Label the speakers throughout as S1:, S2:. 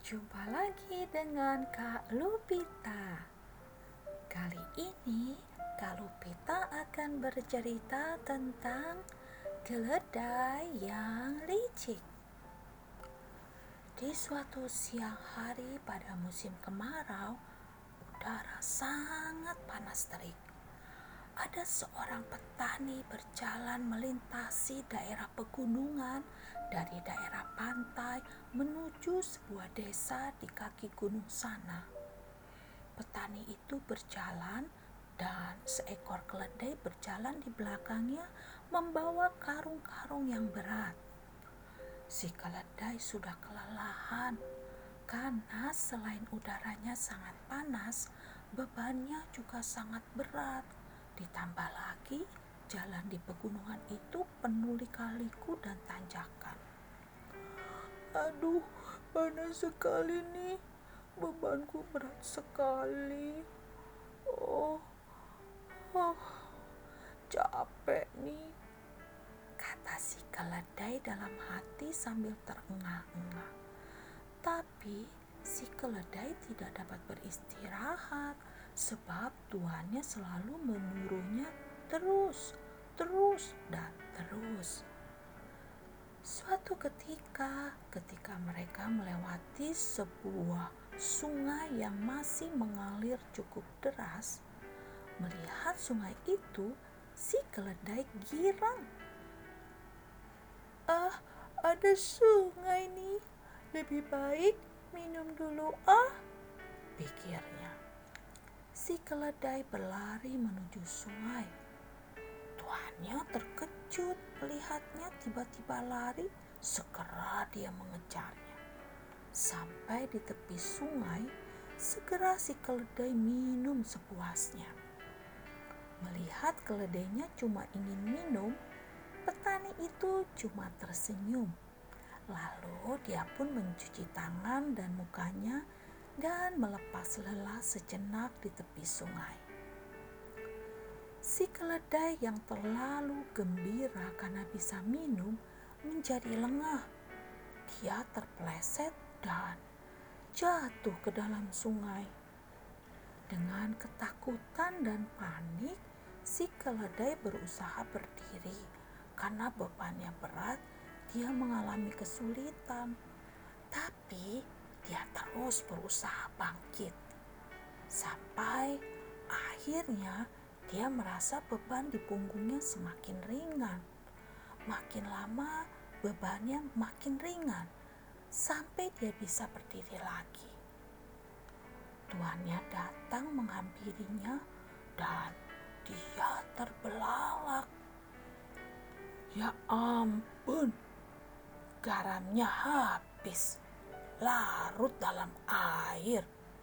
S1: Jumpa lagi dengan Kak Lupita. Kali ini Kak Lupita akan bercerita tentang keledai yang licik. Di suatu siang hari pada musim kemarau, udara sangat panas terik. Ada seorang petani berjalan melintasi daerah pegunungan dari daerah pantai menuju sebuah desa di kaki gunung sana. Petani itu berjalan dan seekor keledai berjalan di belakangnya membawa karung-karung yang berat. Si keledai sudah kelelahan karena selain udaranya sangat panas, bebannya juga sangat berat. Ditambah lagi, jalan di pegunungan itu penuh lika-liku dan tanjakan. Aduh, panas sekali nih. Bebanku berat sekali. Oh, capek nih, kata si keledai dalam hati sambil terengah-engah. Tapi si keledai tidak dapat beristirahat sebab tuannya selalu menyuruhnya terus dan terus. Suatu ketika mereka melewati sebuah sungai yang masih mengalir cukup deras, melihat sungai itu, si keledai girang. Ada sungai nih. Lebih baik minum dulu pikirnya. Si keledai berlari menuju sungai. Tuannya terkejut melihatnya tiba-tiba lari, segera dia mengejarnya. Sampai di tepi sungai, segera si keledai minum sepuasnya. Melihat keledainya cuma ingin minum, petani itu cuma tersenyum. Lalu dia pun mencuci tangan dan mukanya dan melepas lelah sejenak di tepi sungai. Si keledai yang terlalu gembira karena bisa minum menjadi lengah. Dia terpeleset dan jatuh ke dalam sungai. Dengan ketakutan dan panik, si keledai berusaha berdiri. Karena bebannya berat, dia mengalami kesulitan. Tapi dia terus berusaha bangkit. Sampai akhirnya dia merasa beban di punggungnya semakin ringan. Makin lama bebannya makin ringan sampai dia bisa berdiri lagi. Tuannya datang menghampirinya dan dia terbelalak. Ya ampun, garamnya habis, larut dalam air.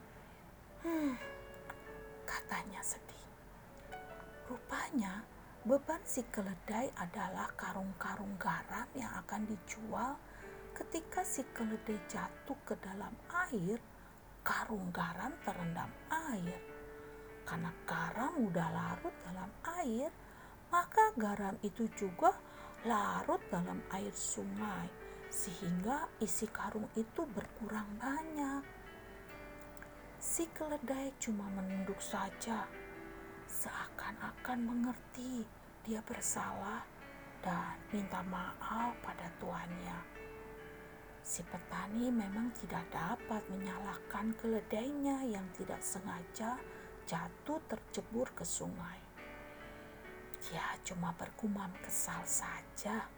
S1: Katanya sedih. Rupanya beban si keledai adalah karung-karung garam yang akan dijual. Ketika si keledai jatuh ke dalam air, karung garam terendam air. Karena garam mudah larut dalam air, maka garam itu juga larut dalam air sungai, sehingga isi karung itu berkurang banyak. Si keledai cuma menunduk saja, seakan-akan mengerti dia bersalah dan minta maaf pada tuannya. Si petani memang tidak dapat menyalahkan keledainya yang tidak sengaja jatuh tercebur ke sungai. Dia cuma bergumam kesal saja.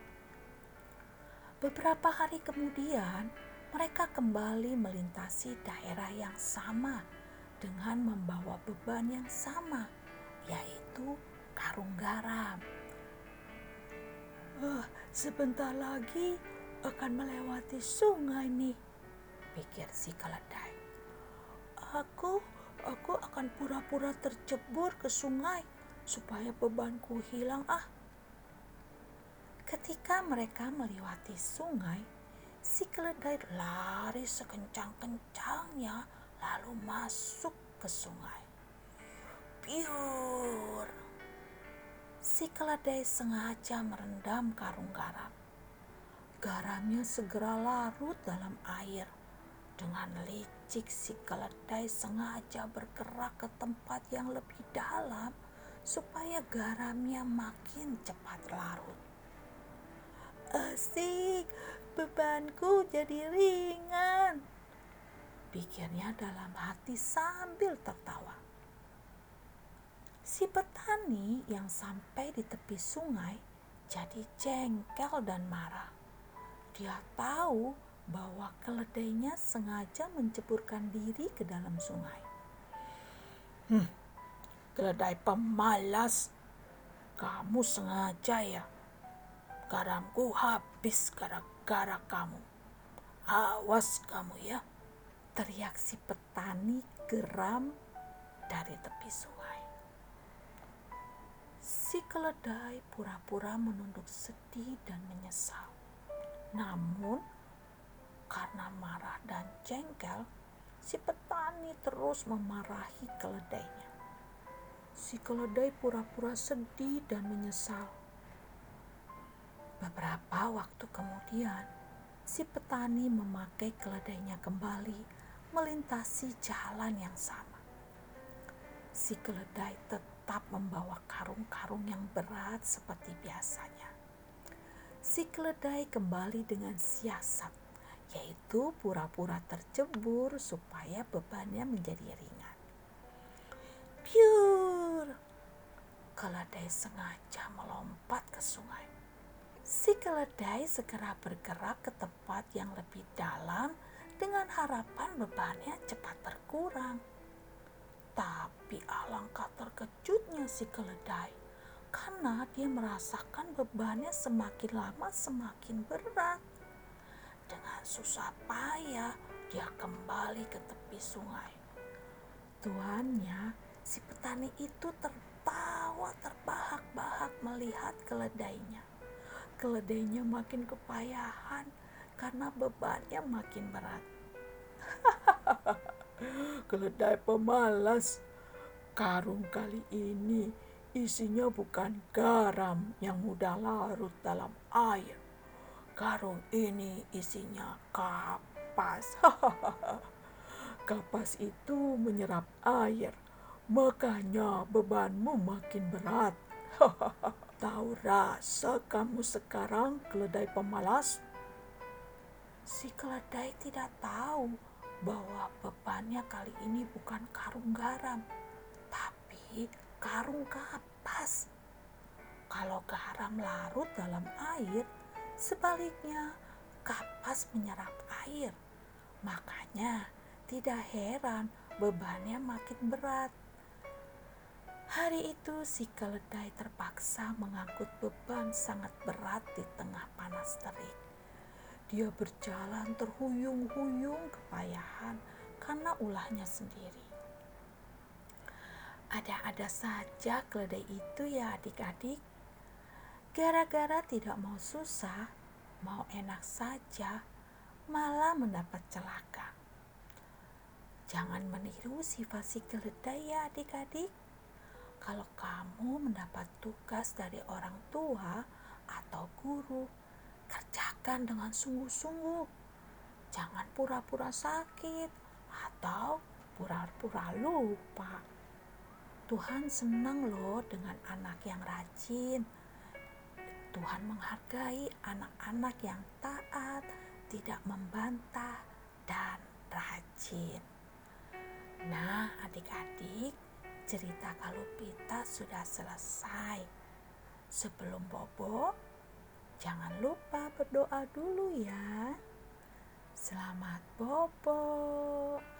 S1: Beberapa hari kemudian, mereka kembali melintasi daerah yang sama dengan membawa beban yang sama, yaitu karung garam. Sebentar lagi akan melewati sungai nih, pikir si keledai. Aku akan pura-pura tercebur ke sungai supaya bebanku hilang Ketika mereka melewati sungai, si keledai lari sekencang-kencangnya lalu masuk ke sungai. Piur! Si keledai sengaja merendam karung garam. Garamnya segera larut dalam air Dengan licik si keledai sengaja bergerak ke tempat yang lebih dalam supaya garamnya makin cepat larut. Asik, bebanku jadi ringan, pikirnya dalam hati sambil tertawa. Si petani yang sampai di tepi sungai jadi jengkel dan marah. Dia tahu bahwa keledainya sengaja menceburkan diri ke dalam sungai. Keledai pemalas, kamu sengaja ya? Garamku habis gara-gara kamu. Awas kamu ya, teriak si petani geram dari tepi sungai. Si keledai pura-pura menunduk sedih dan menyesal. Namun, karena marah dan jengkel, si petani terus memarahi keledainya. Si keledai pura-pura sedih dan menyesal. Beberapa waktu kemudian, si petani memakai keledainya kembali melintasi jalan yang sama. Si keledai tetap membawa karung-karung yang berat seperti biasanya. Si keledai kembali dengan siasat, yaitu pura-pura tercebur supaya bebannya menjadi ringan. Piur! Keledai sengaja melompat ke sungai. Si keledai segera bergerak ke tempat yang lebih dalam dengan harapan bebannya cepat berkurang. Tapi alangkah terkejutnya si keledai karena dia merasakan bebannya semakin lama semakin berat. Dengan susah payah dia kembali ke tepi sungai. Tuannya, si petani itu tertawa terbahak-bahak melihat keledainya. Keledainya makin kepayahan karena bebannya makin berat. Keledai pemalas, karung kali ini isinya bukan garam yang mudah larut dalam air. Karung ini isinya kapas. Kapas itu menyerap air, makanya bebanmu makin berat. Tahu rasa kamu sekarang, keledai pemalas? Si keledai tidak tahu bahwa bebannya kali ini bukan karung garam, tapi karung kapas. Kalau garam larut dalam air, sebaliknya kapas menyerap air. Makanya tidak heran bebannya makin berat. Hari itu si keledai terpaksa mengangkut beban sangat berat di tengah panas terik. Dia berjalan terhuyung-huyung kepayahan karena ulahnya sendiri. Ada-ada saja keledai itu ya adik-adik. Gara-gara tidak mau susah, mau enak saja, malah mendapat celaka. Jangan meniru sifat si keledai ya adik-adik. Kalau kamu mendapat tugas dari orang tua atau guru, kerjakan dengan sungguh-sungguh. Jangan pura-pura sakit atau pura-pura lupa. Tuhan senang loh dengan anak yang rajin. Tuhan menghargai anak-anak yang taat, tidak membantah, dan rajin. Nah, adik-adik, cerita Kalupita sudah selesai. Sebelum bobo, jangan lupa berdoa dulu ya. Selamat bobo.